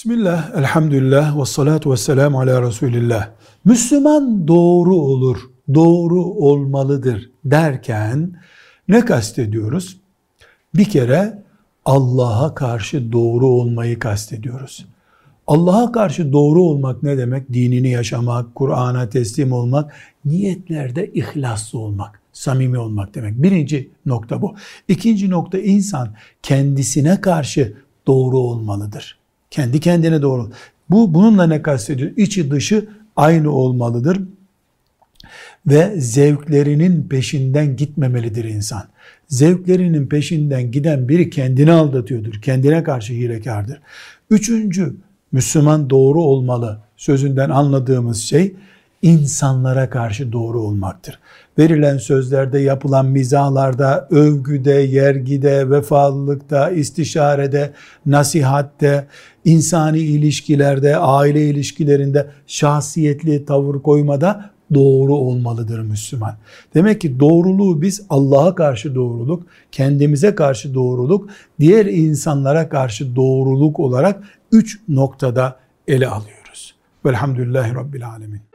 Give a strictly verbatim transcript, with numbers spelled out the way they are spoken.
Bismillah, elhamdülillah, ve salatu ve selamu ala Resulillah. Müslüman doğru olur, doğru olmalıdır derken ne kastediyoruz? Bir kere Allah'a karşı doğru olmayı kastediyoruz. Allah'a karşı doğru olmak ne demek? Dinini yaşamak, Kur'an'a teslim olmak, niyetlerde ihlaslı olmak, samimi olmak demek. Birinci nokta bu. İkinci nokta, insan kendisine karşı doğru olmalıdır. Kendi kendine doğru. Bu bununla ne kastediyor? İçi dışı aynı olmalıdır. Ve zevklerinin peşinden gitmemelidir insan. Zevklerinin peşinden giden biri kendini aldatıyordur. Kendine karşı hilekardır. Üçüncü, Müslüman doğru olmalı sözünden anladığımız şey, insanlara karşı doğru olmaktır. Verilen sözlerde, yapılan mizahlarda, övgüde, yergide, vefalılıkta, istişarede, nasihatte, insani ilişkilerde, aile ilişkilerinde şahsiyetli tavır koymada doğru olmalıdır Müslüman. Demek ki doğruluğu biz Allah'a karşı doğruluk, kendimize karşı doğruluk, diğer insanlara karşı doğruluk olarak üç noktada ele alıyoruz. Velhamdülillahi Rabbil Alemin.